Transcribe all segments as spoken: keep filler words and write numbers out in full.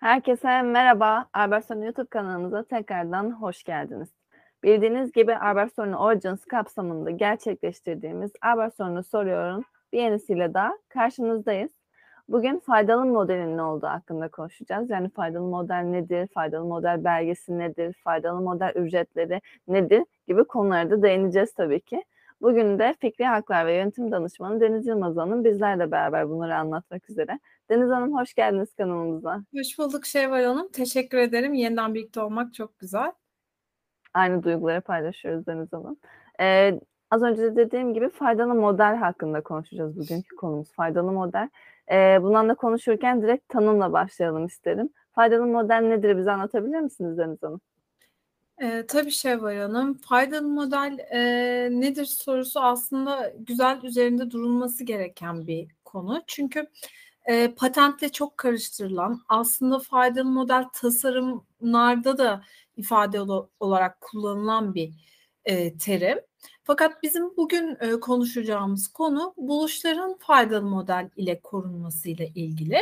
Herkese merhaba. Albertson YouTube kanalımıza tekrardan hoş geldiniz. Bildiğiniz gibi Albertson'un Origins kapsamında gerçekleştirdiğimiz Albertson'u soruyorum bir yenisiyle daha karşınızdayız. Bugün faydalı modelin ne olduğu hakkında konuşacağız. Yani faydalı model nedir, faydalı model belgesi nedir, faydalı model ücretleri nedir gibi konulara da değineceğiz tabii ki. Bugün de Fikri Haklar ve Yönetim Danışmanı Deniz Yılmaz Hanım bizlerle beraber bunları anlatmak üzere. Deniz Hanım hoş geldiniz kanalımıza. Hoş bulduk Şevval Hanım. Teşekkür ederim. Yeniden birlikte olmak çok güzel. Aynı duyguları paylaşıyoruz Deniz Hanım. Ee, az önce de dediğim gibi faydalı model hakkında konuşacağız bugünkü konumuz. Faydalı model. Ee, bundan da konuşurken direkt tanımla başlayalım isterim. Faydalı model nedir? Bize anlatabilir misiniz Deniz Hanım? Ee, tabii Şevval Hanım. Faydalı model e, nedir sorusu aslında güzel üzerinde durulması gereken bir konu. Çünkü e, patentle çok karıştırılan, aslında faydalı model tasarımlarda da ifade ol- olarak kullanılan bir e, terim. Fakat bizim bugün e, konuşacağımız konu buluşların faydalı model ile korunması ile ilgili.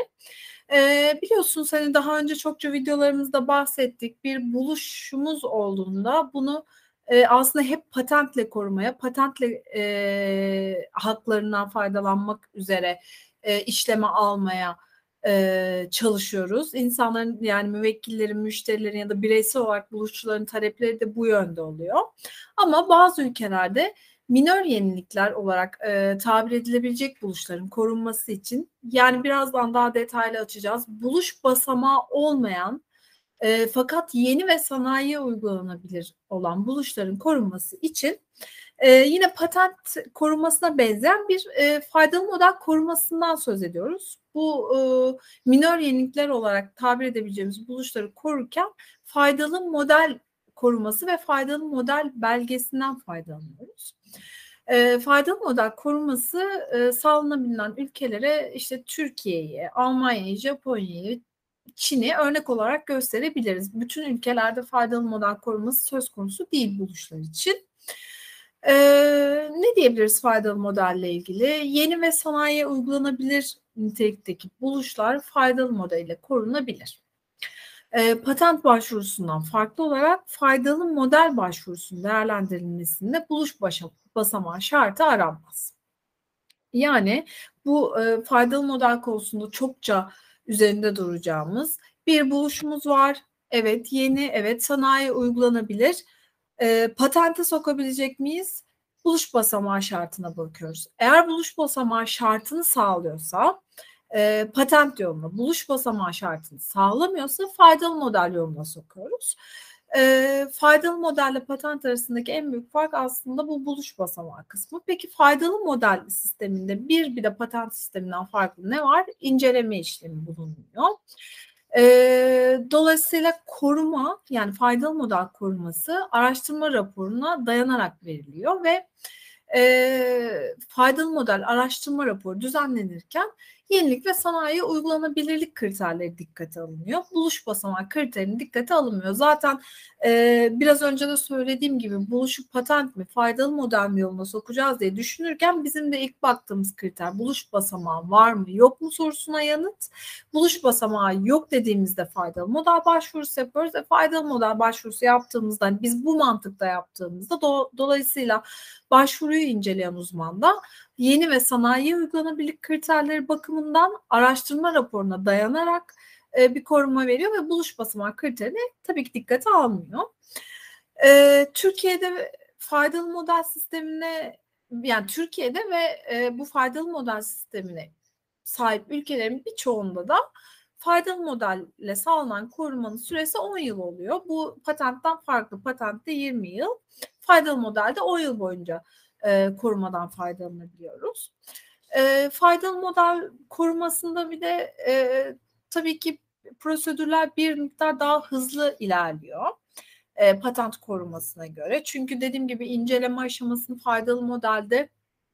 E, biliyorsunuz hani daha önce çokça videolarımızda bahsettik. Bir buluşumuz olduğunda bunu e, aslında hep patentle korumaya, patentle e, haklarından faydalanmak üzere e, işleme almaya e, çalışıyoruz. İnsanların yani müvekkillerin, müşterilerin ya da bireysel olarak buluşçuların talepleri de bu yönde oluyor. Ama bazı ülkelerde minör yenilikler olarak e, tabir edilebilecek buluşların korunması için, yani birazdan daha detaylı açacağız, buluş basamağı olmayan e, fakat yeni ve sanayiye uygulanabilir olan buluşların korunması için e, yine patent korumasına benzeyen bir e, faydalı model korumasından söz ediyoruz. Bu e, minör yenilikler olarak tabir edebileceğimiz buluşları korurken faydalı model koruması ve faydalı model belgesinden faydalanıyoruz. E, faydalı model koruması e, sağlanabilen ülkelere işte Türkiye'yi, Almanya'yı, Japonya'yı, Çin'i örnek olarak gösterebiliriz. Bütün ülkelerde faydalı model koruması söz konusu değil buluşlar için. Ee, ne diyebiliriz faydalı modelle ilgili? Yeni ve sanayiye uygulanabilir nitelikteki buluşlar faydalı modelle korunabilir. Ee, patent başvurusundan farklı olarak faydalı model başvurusunun değerlendirilmesinde buluş basamağı şartı aranmaz. Yani bu e, faydalı model konusunda çokça üzerinde duracağımız bir buluşumuz var. Evet, yeni, evet, sanayi uygulanabilir. E, patente sokabilecek miyiz? Buluş basamağı şartına bakıyoruz. Eğer buluş basamağı şartını sağlıyorsa e, patent yoluna, buluş basamağı şartını sağlamıyorsa faydalı model yoluna sokuyoruz. E, faydalı modelle patent arasındaki en büyük fark aslında bu buluş basamağı kısmı. Peki faydalı model sisteminde bir bir de patent sisteminden farklı ne var? İnceleme işlemi bulunuyor. E, dolayısıyla koruma, yani faydalı model koruması araştırma raporuna dayanarak veriliyor ve e, faydalı model araştırma raporu düzenlenirken yenilik ve sanayiye uygulanabilirlik kriterleri dikkate alınıyor. Buluş basamağı kriterini dikkate alınmıyor. Zaten e, biraz önce de söylediğim gibi buluşu patent mi, faydalı model mi yoluna sokacağız diye düşünürken bizim de ilk baktığımız kriter buluş basamağı var mı yok mu sorusuna yanıt. Buluş basamağı yok dediğimizde faydalı model başvurusu yapıyoruz ve faydalı model başvurusu yaptığımızda, hani biz bu mantıkta yaptığımızda do- dolayısıyla başvuruyu inceleyen uzman da yeni ve sanayiye uygulanabilirlik kriterleri bakımından araştırma raporuna dayanarak e, bir koruma veriyor ve buluş basamağı kriterini tabii ki dikkate almıyor. E, Türkiye'de faydalı model sistemine, yani Türkiye'de ve e, bu faydalı model sistemine sahip ülkelerin birçoğunda da faydalı modelle sağlanan korumanın süresi on yıl oluyor. Bu patentten farklı. Patentte yirmi yıl, faydalı modelde on yıl boyunca e, korumadan faydalanabiliyoruz. E, faydalı model korumasında bir de e, tabii ki prosedürler bir miktar daha hızlı ilerliyor e, patent korumasına göre. Çünkü dediğim gibi inceleme aşamasını faydalı modelde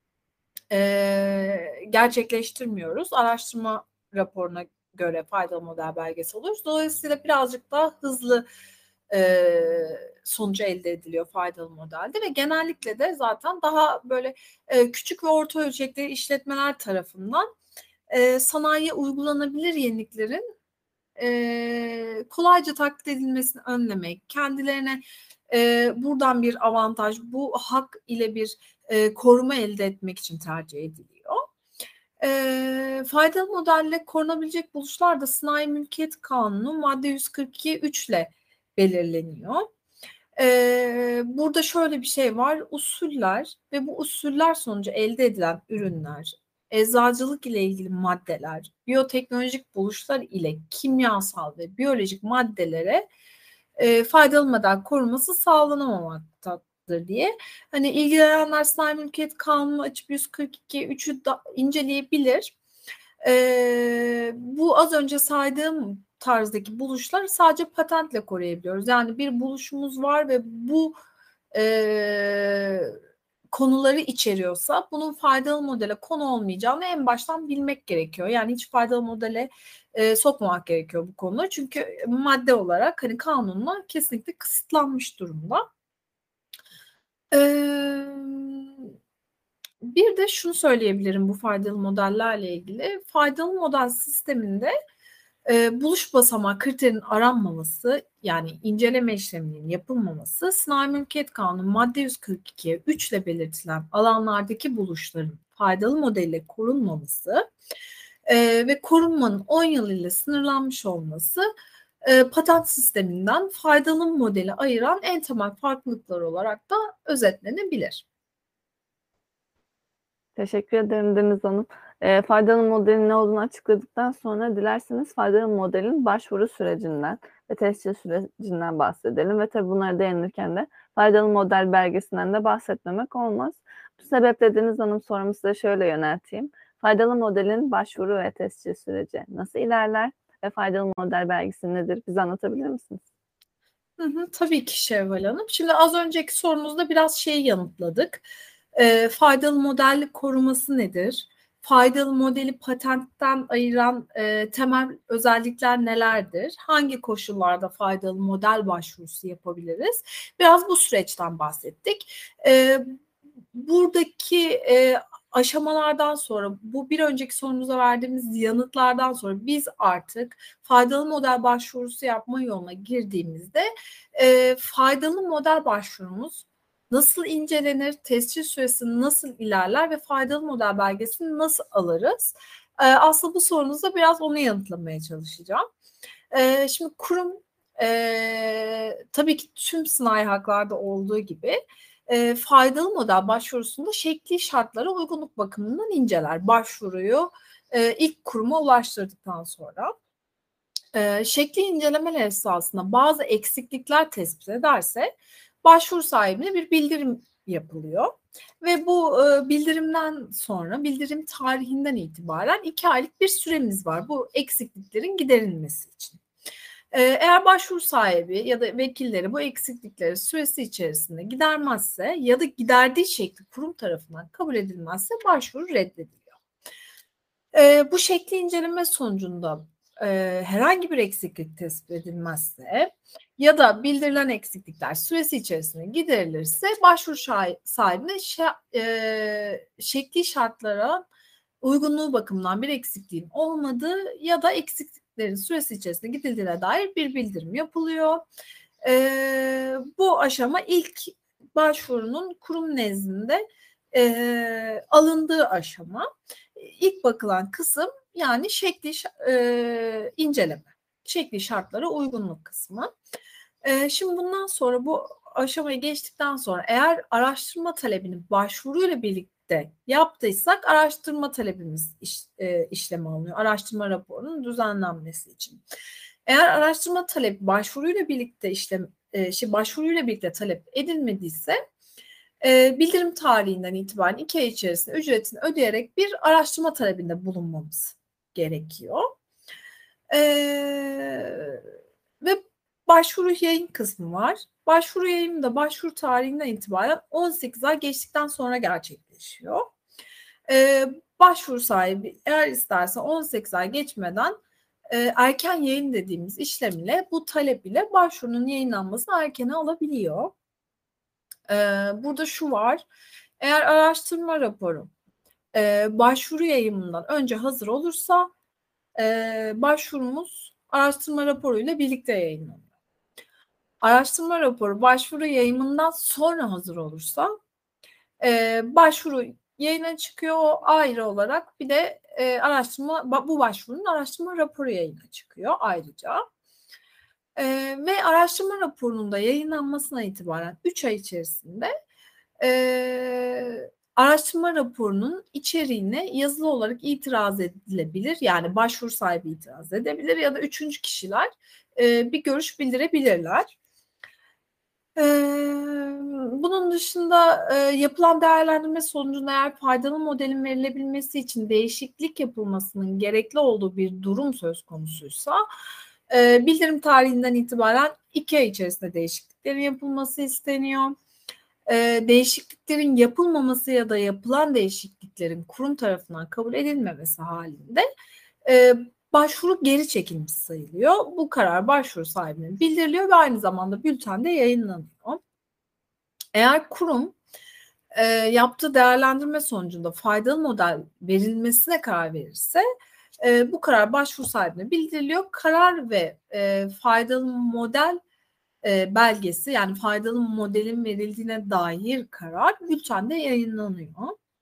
e, gerçekleştirmiyoruz. Araştırma raporuna göre faydalı model belgesi alıyoruz. Dolayısıyla birazcık daha hızlı e, sonucu elde ediliyor faydalı modelde ve genellikle de zaten daha böyle e, küçük ve orta ölçekli işletmeler tarafından e, sanayiye uygulanabilir yeniliklerin e, kolayca taklit edilmesini önlemek, kendilerine e, buradan bir avantaj, bu hak ile bir e, koruma elde etmek için tercih ediliyor. E, faydalı modelle korunabilecek buluşlar da Sanayi Mülkiyet Kanunu madde yüz kırk iki üç ile belirleniyor. Ee, burada şöyle bir şey var, usuller ve bu usuller sonucu elde edilen ürünler, eczacılık ile ilgili maddeler, biyoteknolojik buluşlar ile kimyasal ve biyolojik maddelere e, faydalı model koruması sağlanamamaktadır diye. Hani ilgilenenler Sanayi Mülkiyet Kanunu açıp yüz kırk iki üçü da inceleyebilir. Ee, bu az önce saydığım tarzdaki buluşlar sadece patentle koruyabiliyoruz. Yani bir buluşumuz var ve bu e, konuları içeriyorsa bunun faydalı modele konu olmayacağını en baştan bilmek gerekiyor. Yani hiç faydalı modele e, sokmamak gerekiyor bu konuları. Çünkü madde olarak hani kanunla kesinlikle kısıtlanmış durumda. Ee, Bir de şunu söyleyebilirim bu faydalı modellerle ilgili. Faydalı model sisteminde e, buluş basamağı kriterinin aranmaması, yani inceleme işleminin yapılmaması, Sanayi Mülkiyet Kanunu madde yüz kırk iki üç ile belirtilen alanlardaki buluşların faydalı modelle korunmaması e, ve korunmanın on yıl ile sınırlanmış olması e, patent sisteminden faydalı modeli ayıran en temel farklılıklar olarak da özetlenebilir. Teşekkür ederim Deniz Hanım. E, faydalı modelin ne olduğunu açıkladıktan sonra dilerseniz faydalı modelin başvuru sürecinden ve tescil sürecinden bahsedelim. Ve tabii bunlara değinirken de faydalı model belgesinden de bahsetmemek olmaz. Bu sebeple Deniz Hanım sorumu size şöyle yönelteyim. Faydalı modelin başvuru ve tescil süreci nasıl ilerler ve faydalı model belgesi nedir? Bize anlatabilir misiniz? Hı hı, tabii ki Şevval Hanım. Şimdi az önceki sorunuzda biraz şeyi yanıtladık. E, faydalı model koruması nedir? Faydalı modeli patentten ayıran e, temel özellikler nelerdir? Hangi koşullarda faydalı model başvurusu yapabiliriz? Biraz bu süreçten bahsettik. E, buradaki e, aşamalardan sonra, bu bir önceki sorumuza verdiğimiz yanıtlardan sonra biz artık faydalı model başvurusu yapma yoluna girdiğimizde e, faydalı model başvurumuz nasıl incelenir, tescil süresi nasıl ilerler ve faydalı model belgesini nasıl alırız? E, aslında bu sorunuzda biraz onu yanıtlamaya çalışacağım. E, şimdi kurum e, tabii ki tüm sınai haklarda olduğu gibi e, faydalı model başvurusunda şekli şartlara uygunluk bakımından inceler. Başvuruyu e, ilk kuruma ulaştırdıktan sonra e, şekli incelemeler esasında bazı eksiklikler tespit ederse başvuru sahibine bir bildirim yapılıyor. Ve bu e, bildirimden sonra, bildirim tarihinden itibaren iki aylık bir süremiz var bu eksikliklerin giderilmesi için. Eğer başvuru sahibi ya da vekilleri bu eksiklikleri süresi içerisinde gidermezse ya da giderdiği şekli kurum tarafından kabul edilmezse başvuru reddediliyor. Bu şekli inceleme sonucunda herhangi bir eksiklik tespit edilmezse ya da bildirilen eksiklikler süresi içerisinde giderilirse başvuru sahibine şekli şartlara uygunluğu bakımından bir eksikliğin olmadığı ya da eksikliklerin süresi içerisinde gidildiğine dair bir bildirim yapılıyor. Ee, bu aşama ilk başvurunun kurum nezdinde e, alındığı aşama. İlk bakılan kısım yani şekli e, inceleme, şekli şartlara uygunluk kısmı. E, şimdi bundan sonra bu aşamayı geçtikten sonra eğer araştırma talebini başvuruyla birlikte yaptıysak araştırma talebimiz iş, e, işleme alınıyor. Araştırma raporunun düzenlenmesi için. Eğer araştırma talebi başvuruyla birlikte işlem e, şey başvuruyla birlikte talep edilmediyse e, bildirim tarihinden itibaren iki ay içerisinde ücretini ödeyerek bir araştırma talebinde bulunmamız gerekiyor. E, ve başvuru yayın kısmı var. Başvuru yayını da başvuru tarihinden itibaren on sekiz ay geçtikten sonra gerçekleşiyor. Ee, başvuru sahibi eğer isterse on sekiz ay geçmeden e, erken yayın dediğimiz işlem ile bu talep ile başvurunun yayınlanmasını erkene alabiliyor. Ee, burada şu var. Eğer araştırma raporu e, başvuru yayımından önce hazır olursa e, başvurumuz araştırma raporuyla birlikte yayınlanıyor. Araştırma raporu başvuru yayımından sonra hazır olursa e, başvuru yayına çıkıyor o ayrı olarak, bir de e, araştırma bu başvurunun araştırma raporu yayına çıkıyor ayrıca. E, ve araştırma raporunun da yayınlanmasına itibaren üç ay içerisinde e, araştırma raporunun içeriğine yazılı olarak itiraz edilebilir. Yani başvuru sahibi itiraz edebilir ya da üçüncü kişiler e, bir görüş bildirebilirler. Ee, bunun dışında e, yapılan değerlendirme sonucunda eğer faydalı modelin verilebilmesi için değişiklik yapılmasının gerekli olduğu bir durum söz konusuysa e, bildirim tarihinden itibaren iki ay içerisinde değişikliklerin yapılması isteniyor. E, değişikliklerin yapılmaması ya da yapılan değişikliklerin kurum tarafından kabul edilmemesi halinde e, başvuru geri çekilmiş sayılıyor. Bu karar başvuru sahibine bildiriliyor ve aynı zamanda bültende yayınlanıyor. Eğer kurum e, yaptığı değerlendirme sonucunda faydalı model verilmesine karar verirse e, bu karar başvuru sahibine bildiriliyor. Karar ve e, faydalı model e, belgesi, yani faydalı modelin verildiğine dair karar bültende yayınlanıyor.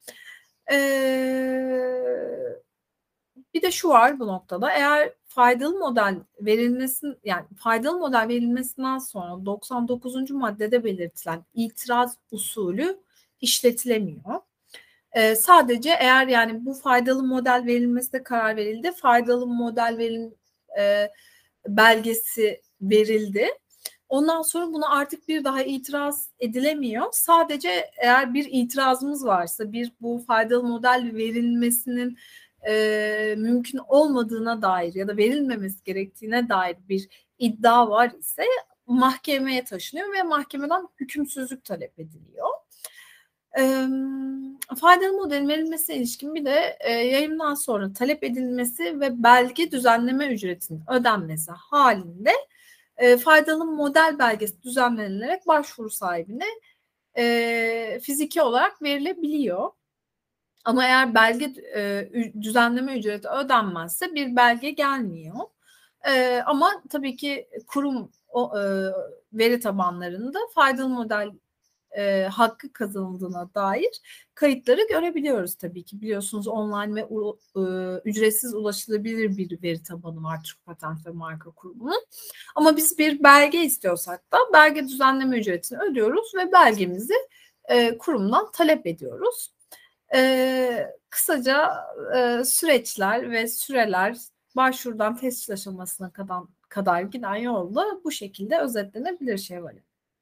Eee Bir de şu var bu noktada, eğer faydalı model verilmesin yani faydalı model verilmesinden sonra doksan dokuzuncu maddede belirtilen itiraz usulü işletilemiyor. Ee, sadece eğer yani bu faydalı model verilmesine karar verildi, faydalı model verin e, belgesi verildi. Ondan sonra buna artık bir daha itiraz edilemiyor. Sadece eğer bir itirazımız varsa, bir bu faydalı model verilmesinin e, mümkün olmadığına dair ya da verilmemesi gerektiğine dair bir iddia var ise mahkemeye taşınıyor ve mahkemeden hükümsüzlük talep ediliyor. E, faydalı modelin verilmesine ilişkin bir de e, yayımdan sonra talep edilmesi ve belge düzenleme ücretinin ödenmesi halinde e, faydalı model belgesi düzenlenilerek başvuru sahibine e, fiziki olarak verilebiliyor. Ama eğer belge e, düzenleme ücreti ödenmezse bir belge gelmiyor. E, ama tabii ki kurum o, e, veri tabanlarında faydalı model e, hakkı kazanıldığına dair kayıtları görebiliyoruz tabii ki. Biliyorsunuz online ve e, ücretsiz ulaşılabilir bir veri tabanı var Türk Patent ve Marka Kurumu'nun. Ama biz bir belge istiyorsak da belge düzenleme ücretini ödüyoruz ve belgemizi e, kurumdan talep ediyoruz. Ee, kısaca e, süreçler ve süreler başvurudan tescil aşamasına kadar, kadar giden yolda bu şekilde özetlenebilir Şevval.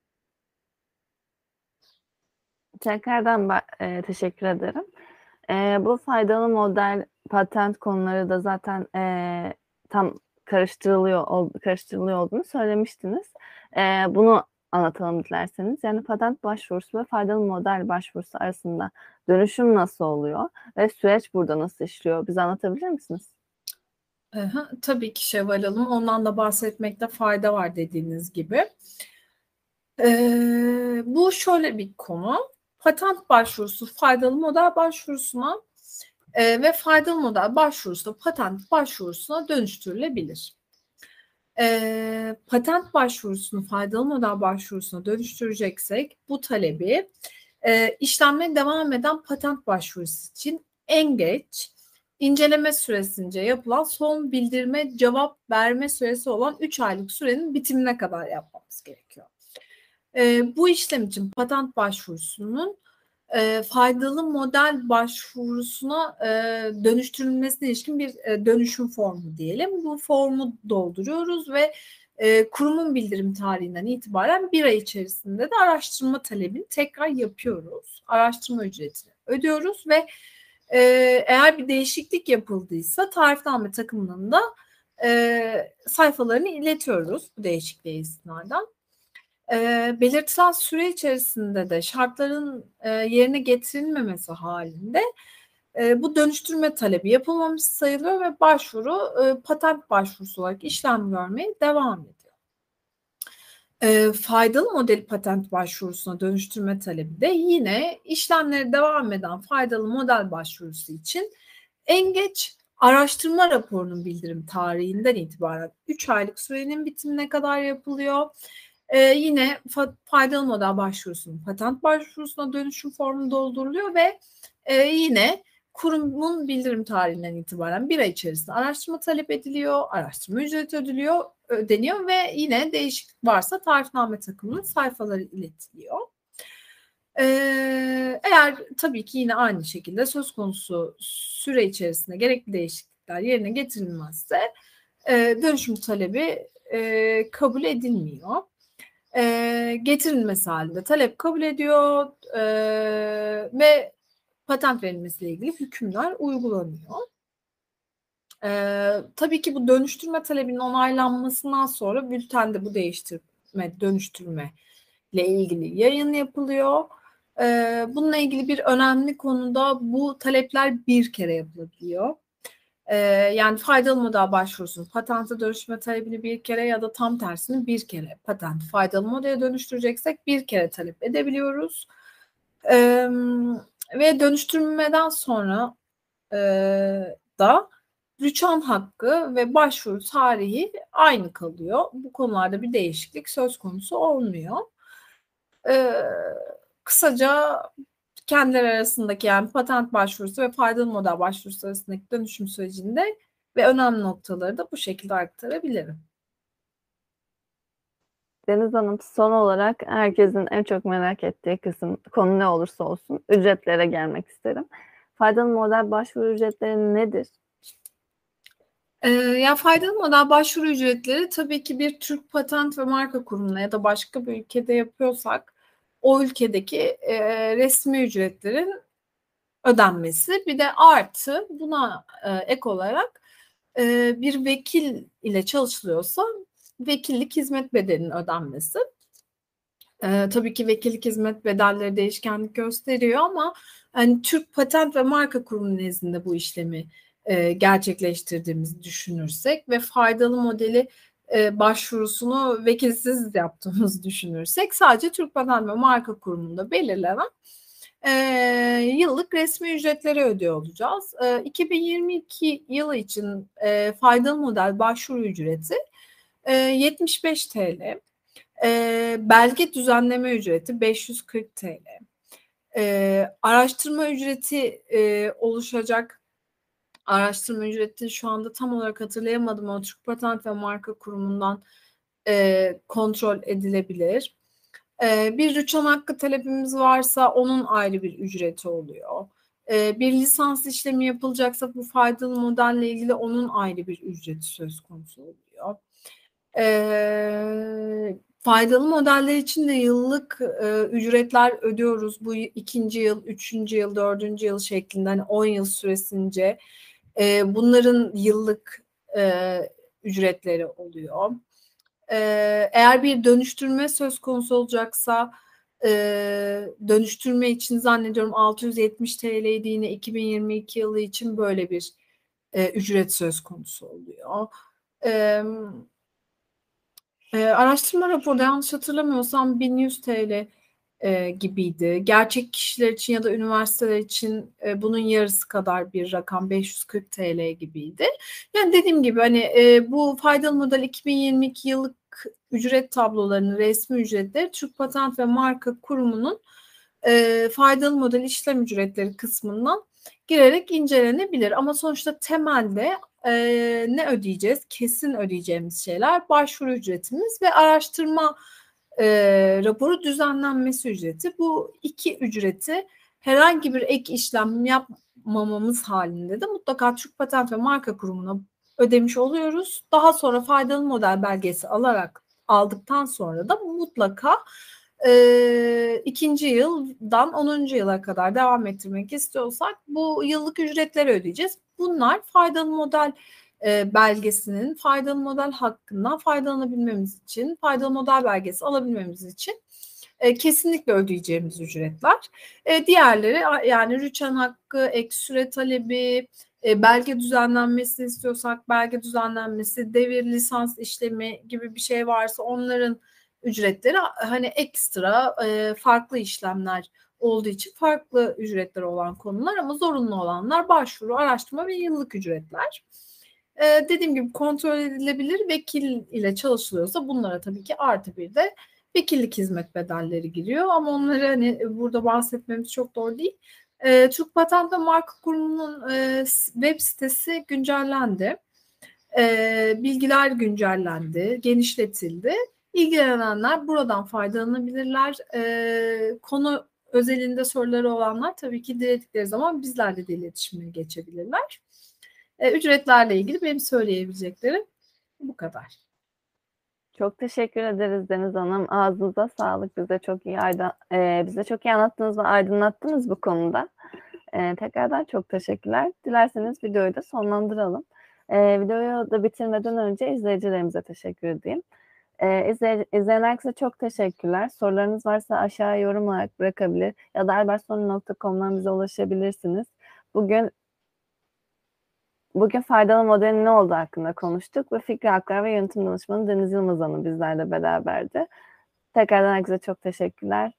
Tekrardan e, teşekkür ederim. E, bu faydalı model patent konuları da zaten e, tam karıştırılıyor ol, karıştırılıyor olduğunu söylemiştiniz. E, bunu anlatalım dilerseniz. Yani patent başvurusu ve faydalı model başvurusu arasında dönüşüm nasıl oluyor ve süreç burada nasıl işliyor? Bize anlatabilir misiniz? Aha, tabii ki Şevval Hanım. Ondan da bahsetmekte fayda var dediğiniz gibi. Ee, bu şöyle bir konu. Patent başvurusu faydalı model başvurusuna e, ve faydalı model başvurusu da patent başvurusuna dönüştürülebilir. E, patent başvurusunu faydalı model başvurusuna dönüştüreceksek bu talebi e, işlemle devam eden patent başvurusu için en geç inceleme süresince yapılan son bildirme cevap verme süresi olan üç aylık sürenin bitimine kadar yapmamız gerekiyor. E, bu işlem için patent başvurusunun e, faydalı model başvurusuna e, dönüştürülmesine ilişkin bir e, dönüşüm formu diyelim. Bu formu dolduruyoruz ve e, kurumun bildirim tarihinden itibaren bir ay içerisinde de araştırma talebini tekrar yapıyoruz. Araştırma ücretini ödüyoruz ve e, eğer bir değişiklik yapıldıysa tarifname takımının da e, sayfalarını iletiyoruz bu değişikliğe istinaden. E, belirtilen süre içerisinde de şartların e, yerine getirilmemesi halinde e, bu dönüştürme talebi yapılmamış sayılıyor ve başvuru e, patent başvurusu olarak işlem görmeye devam ediyor. E, faydalı model patent başvurusuna dönüştürme talebi de yine işlemleri devam eden faydalı model başvurusu için en geç Araştırma raporunun bildirim tarihinden itibaren üç aylık sürenin bitimine kadar yapılıyor. Ee, yine faydalı model başvurusunun patent başvurusuna dönüşüm formu dolduruluyor ve e, yine kurumun bildirim tarihinden itibaren bir ay içerisinde araştırma talep ediliyor, araştırma ücreti ödülüyor, ödeniyor ve yine değişiklik varsa tarifname takımının sayfaları iletiliyor. Ee, eğer tabii ki yine aynı şekilde söz konusu süre içerisinde gerekli değişiklikler yerine getirilmezse e, dönüşüm talebi e, kabul edilmiyor. E, getirilmesi halinde talep kabul ediyor e, ve patent verilmesiyle ilgili hükümler uygulanıyor. E, tabii ki bu dönüştürme talebinin onaylanmasından sonra bültende bu değiştirme, dönüştürme ile ilgili yayın yapılıyor. Ee, bununla ilgili bir önemli konuda bu talepler bir kere yapılabiliyor. Ee, yani faydalı model başvurusunun patente dönüştürme talebini bir kere ya da tam tersini bir kere patent faydalı modele dönüştüreceksek bir kere talep edebiliyoruz. Ee, ve dönüştürmeden sonra e, da rüçhan hakkı ve başvuru tarihi aynı kalıyor. Bu konularda bir değişiklik söz konusu olmuyor. Ee, kısaca kendileri arasındaki yani patent başvurusu ve faydalı model başvurusu arasındaki dönüşüm sürecinde ve önemli noktaları da bu şekilde aktarabilirim. Deniz Hanım, son olarak herkesin en çok merak ettiği kısım, konu ne olursa olsun, ücretlere gelmek isterim. Faydalı model başvuru ücretleri nedir? Ee, ya faydalı model başvuru ücretleri tabii ki bir Türk Patent ve Marka Kurumu'na ya da başka bir ülkede yapıyorsak o ülkedeki e, resmi ücretlerin ödenmesi. Bir de artı buna e, ek olarak e, bir vekil ile çalışılıyorsa vekillik hizmet bedelinin ödenmesi. E, tabii ki vekillik hizmet bedelleri değişkenlik gösteriyor ama hani Türk Patent ve Marka Kurumu nezdinde bu işlemi e, gerçekleştirdiğimizi düşünürsek ve faydalı modeli e, başvurusunu vekilsiz yaptığımızı düşünürsek sadece Türk Patent ve Marka Kurumu'nda belirlenen e, yıllık resmi ücretleri ödüyor olacağız. E, iki bin yirmi iki yılı için e, faydalı model başvuru ücreti e, yetmiş beş T L. E, belge düzenleme ücreti beş yüz kırk T L. E, araştırma ücreti e, oluşacak. Araştırma ücreti şu anda tam olarak hatırlayamadım ama Türk Patent ve Marka Kurumu'ndan e, kontrol edilebilir. E, bir rüçhan hakkı talebimiz varsa onun ayrı bir ücreti oluyor. E, bir lisans işlemi yapılacaksa bu faydalı modelle ilgili onun ayrı bir ücreti söz konusu oluyor. E, faydalı modeller için de yıllık e, ücretler ödüyoruz. Bu ikinci yıl, üçüncü yıl, dördüncü yıl şeklinde hani on yıl süresince e, bunların yıllık e, ücretleri oluyor. E, eğer bir dönüştürme söz konusu olacaksa e, dönüştürme için zannediyorum altı yüz yetmiş T L'ydi yine iki bin yirmi iki yılı için böyle bir e, ücret söz konusu oluyor. Evet. E, araştırma raporu yanlış hatırlamıyorsam bin yüz T L e, gibiydi. Gerçek kişiler için ya da üniversiteler için e, bunun yarısı kadar bir rakam beş yüz kırk T L gibiydi. Yani dediğim gibi hani e, bu faydalı model iki bin yirmi iki yıllık ücret tablolarının resmi ücretleri Türk Patent ve Marka Kurumu'nun e, faydalı model işlem ücretleri kısmından girerek incelenebilir. Ama sonuçta temelde e, ne ödeyeceğiz? Kesin ödeyeceğimiz şeyler başvuru ücretimiz ve araştırma e, raporu düzenlenmesi ücreti. Bu iki ücreti herhangi bir ek işlem yapmamamız halinde de mutlaka Türk Patent ve Marka Kurumu'na ödemiş oluyoruz. Daha sonra faydalı model belgesi alarak aldıktan sonra da mutlaka e, ikinci yıldan onuncu yıla kadar devam ettirmek istiyorsak bu yıllık ücretleri ödeyeceğiz. Bunlar faydalı model e, belgesinin faydalı model hakkından faydalanabilmemiz için, faydalı model belgesi alabilmemiz için e, kesinlikle ödeyeceğimiz ücretler. E, diğerleri yani rüçhan hakkı, ek süre talebi, e, belge düzenlenmesi istiyorsak belge düzenlenmesi, devir lisans işlemi gibi bir şey varsa onların ücretleri hani ekstra e, farklı işlemler olduğu için farklı ücretleri olan konular ama zorunlu olanlar başvuru, araştırma ve yıllık ücretler. Ee, dediğim gibi kontrol edilebilir vekil ile çalışılıyorsa bunlara tabii ki artı bir de vekillik hizmet bedelleri giriyor ama onları hani burada bahsetmemiz çok doğru değil. Ee, Türk Patent ve Marka Kurumu'nun e, web sitesi güncellendi. Ee, bilgiler güncellendi, genişletildi. İlgilenenler buradan faydalanabilirler. Ee, konu özelinde soruları olanlar tabii ki diledikleri zaman bizlerle de iletişime geçebilirler. Ee, ücretlerle ilgili benim söyleyebileceklerim bu kadar. Çok teşekkür ederiz Deniz Hanım. Ağzınıza sağlık. Bize çok iyi ayda, e, bize çok iyi anlattınız ve aydınlattınız bu konuda. E, tekrardan çok teşekkürler. Dilerseniz videoyu da sonlandıralım. E, videoyu da bitirmeden önce izleyicilerimize teşekkür edeyim. E, izley, izleyen herkese çok teşekkürler. Sorularınız varsa aşağıya yorum olarak bırakabilir ya da albertsonu nokta com'dan bize ulaşabilirsiniz. Bugün Bugün faydalı modelin ne olduğu hakkında konuştuk ve Fikri Haklar ve Yönetim Danışmanı Deniz Yılmaz Hanım bizlerle beraberdi. Tekrardan herkese çok teşekkürler.